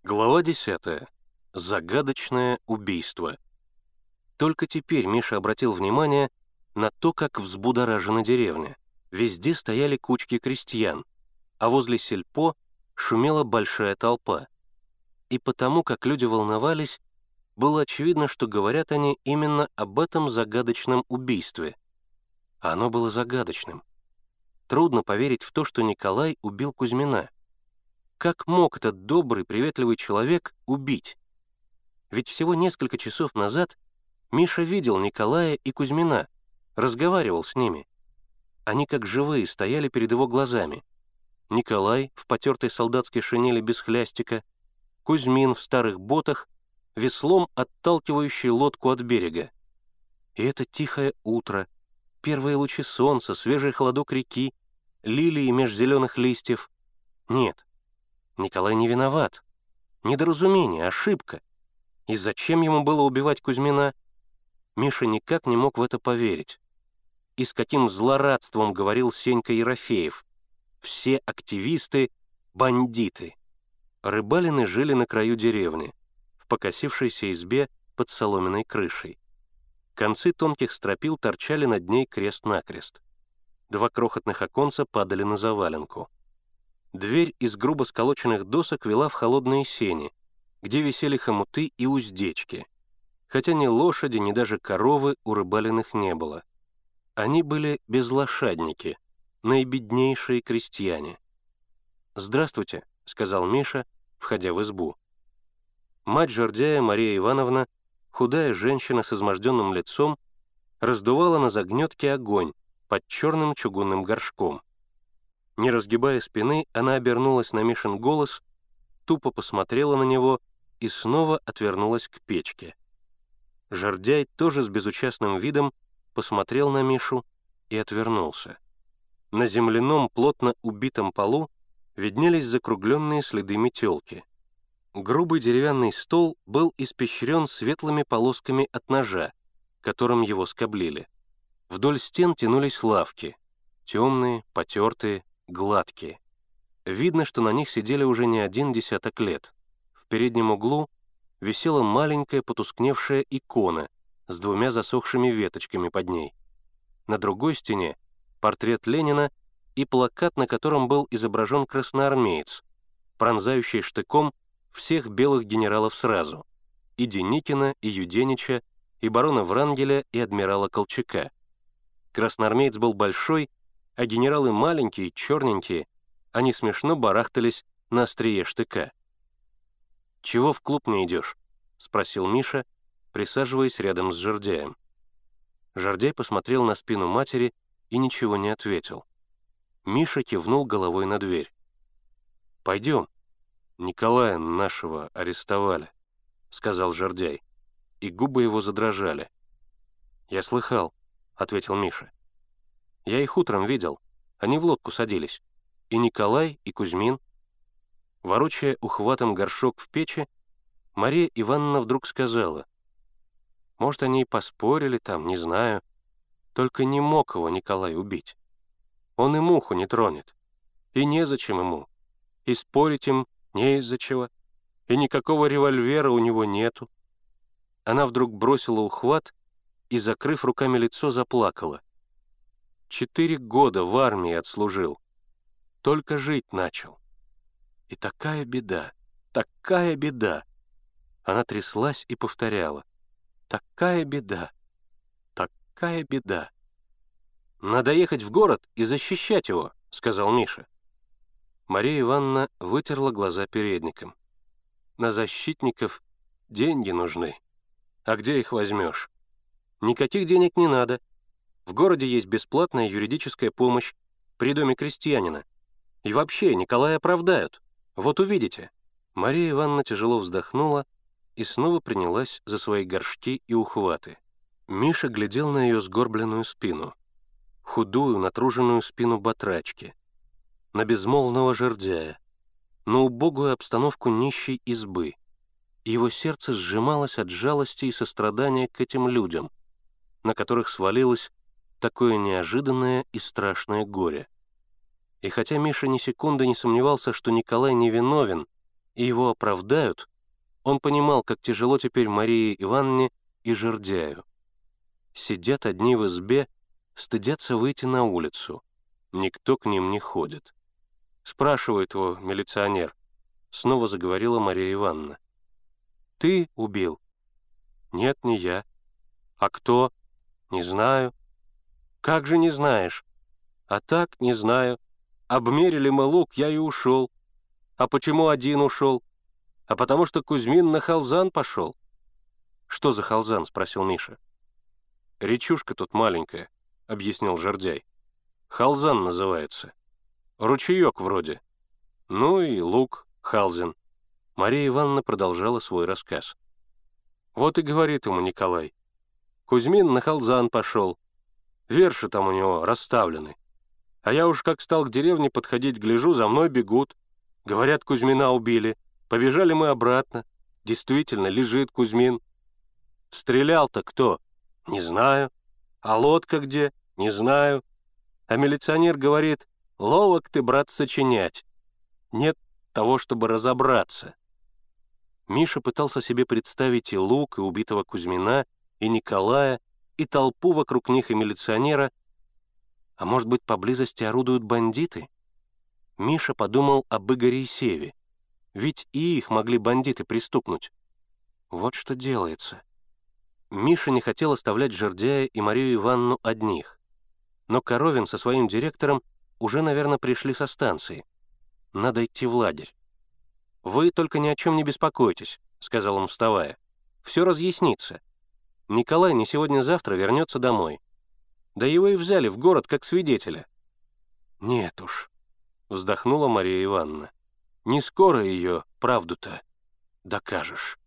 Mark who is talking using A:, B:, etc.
A: Глава 10. Загадочное убийство. Только теперь Миша обратил внимание на то, как взбудоражена деревня. Везде стояли кучки крестьян, а возле сельпо шумела большая толпа. И потому, как люди волновались, было очевидно, что говорят они именно об этом загадочном убийстве. А оно было загадочным. Трудно поверить в то, что Николай убил Кузьмина. Как мог этот добрый, приветливый человек убить? Ведь всего несколько часов назад Миша видел Николая и Кузьмина, разговаривал с ними. Они как живые стояли перед его глазами. Николай в потертой солдатской шинели без хлястика, Кузьмин в старых ботах, веслом отталкивающий лодку от берега. И это тихое утро, первые лучи солнца, свежий холодок реки, лилии меж зеленых листьев. Нет, Николай не виноват. Недоразумение, ошибка. И зачем ему было убивать Кузьмина? Миша никак не мог в это поверить. И с каким злорадством говорил Сенька Ерофеев. Все активисты — бандиты. Рыбалины жили на краю деревни, в покосившейся избе под соломенной крышей. Концы тонких стропил торчали над ней крест-накрест. Два крохотных оконца падали на заваленку. Дверь из грубо сколоченных досок вела в холодные сени, где висели хомуты и уздечки, хотя ни лошади, ни даже коровы у рыбалиных не было. Они были безлошадники, наибеднейшие крестьяне. «Здравствуйте», — сказал Миша, входя в избу. Мать жердяя Мария Ивановна, худая женщина с изможденным лицом, раздувала на загнетке огонь под черным чугунным горшком. Не разгибая спины, она обернулась на Мишин голос, тупо посмотрела на него и снова отвернулась к печке. Жердяй тоже с безучастным видом посмотрел на Мишу и отвернулся. На земляном, плотно убитом полу виднелись закругленные следы метелки. Грубый деревянный стол был испещрен светлыми полосками от ножа, которым его скоблили. Вдоль стен тянулись лавки, темные, потертые, гладкие. Видно, что на них сидели уже не один десяток лет. В переднем углу висела маленькая потускневшая икона с двумя засохшими веточками под ней. На другой стене портрет Ленина и плакат, на котором был изображен красноармеец, пронзающий штыком всех белых генералов сразу, и Деникина, и Юденича, и барона Врангеля, и адмирала Колчака. Красноармеец был большой, а генералы маленькие, черненькие, они смешно барахтались на острие штыка. «Чего в клуб не идешь?» — спросил Миша, присаживаясь рядом с жердяем. Жердяй посмотрел на спину матери и ничего не ответил. Миша кивнул головой на дверь. «Пойдем. Николая нашего арестовали», — сказал жердяй, и губы его задрожали. «Я слыхал», — ответил Миша. «Я их утром видел. Они в лодку садились. И Николай, и Кузьмин». Ворочая ухватом горшок в печи, Мария Ивановна вдруг сказала: «Может, они и поспорили там, не знаю. Только не мог его Николай убить. Он и муху не тронет. И незачем ему. И спорить им не из-за чего. И никакого револьвера у него нету». Она вдруг бросила ухват и, закрыв руками лицо, заплакала. 4 года в армии отслужил. Только жить начал. И такая беда, такая беда. Она тряслась и повторяла: «Такая беда, такая беда». «Надо ехать в город и защищать его», — сказал Миша. Мария Ивановна вытерла глаза передником. «На защитников деньги нужны. А где их возьмешь? Никаких денег не надо. В городе есть бесплатная юридическая помощь при доме крестьянина. И вообще, Николая оправдают. Вот увидите». Мария Ивановна тяжело вздохнула и снова принялась за свои горшки и ухваты. Миша глядел на ее сгорбленную спину, худую, натруженную спину батрачки, на безмолвного жердяя, на убогую обстановку нищей избы, и его сердце сжималось от жалости и сострадания к этим людям, на которых свалилось такое неожиданное и страшное горе. И хотя Миша ни секунды не сомневался, что Николай невиновен, и его оправдают, он понимал, как тяжело теперь Марии Ивановне и Жердяю. Сидят одни в избе, стыдятся выйти на улицу. Никто к ним не ходит. Спрашивает его милиционер. Снова заговорила Мария Ивановна. «Ты убил?» «Нет, не я». «А кто?» «Не знаю». «Как же не знаешь?» «А так, не знаю. Обмерили мы лук, я и ушел». «А почему один ушел?» «А потому что Кузьмин на Халзан пошел». «Что за Халзан?» — спросил Миша. «Речушка тут маленькая», — объяснил Жердяй. «Халзан называется. Ручеек вроде. Ну и лук, Халзин». Мария Ивановна продолжала свой рассказ. Вот и говорит ему Николай. Кузьмин на Халзан пошел. Верши там у него расставлены. А я уж как стал к деревне подходить, гляжу, за мной бегут. Говорят, Кузьмина убили. Побежали мы обратно. Действительно, лежит Кузьмин. Стрелял-то кто? Не знаю. А лодка где? Не знаю. А милиционер говорит, ловок ты, брат, сочинять. Нет того, чтобы разобраться. Миша пытался себе представить и лук, и убитого Кузьмина, и Николая, и толпу вокруг них, и милиционера. А может быть, поблизости орудуют бандиты? Миша подумал об Игоре и Севе. Ведь и их могли бандиты пристукнуть. Вот что делается. Миша не хотел оставлять Жердяя и Марию Ивановну одних. Но Коровин со своим директором уже, наверное, пришли со станции. Надо идти в лагерь. «Вы только ни о чем не беспокойтесь», — сказал он, вставая. «Все разъяснится. Николай не сегодня-завтра вернется домой. Да его и взяли в город как свидетеля». «Нет уж», — вздохнула Мария Ивановна. «Не скоро ее, правду-то, докажешь».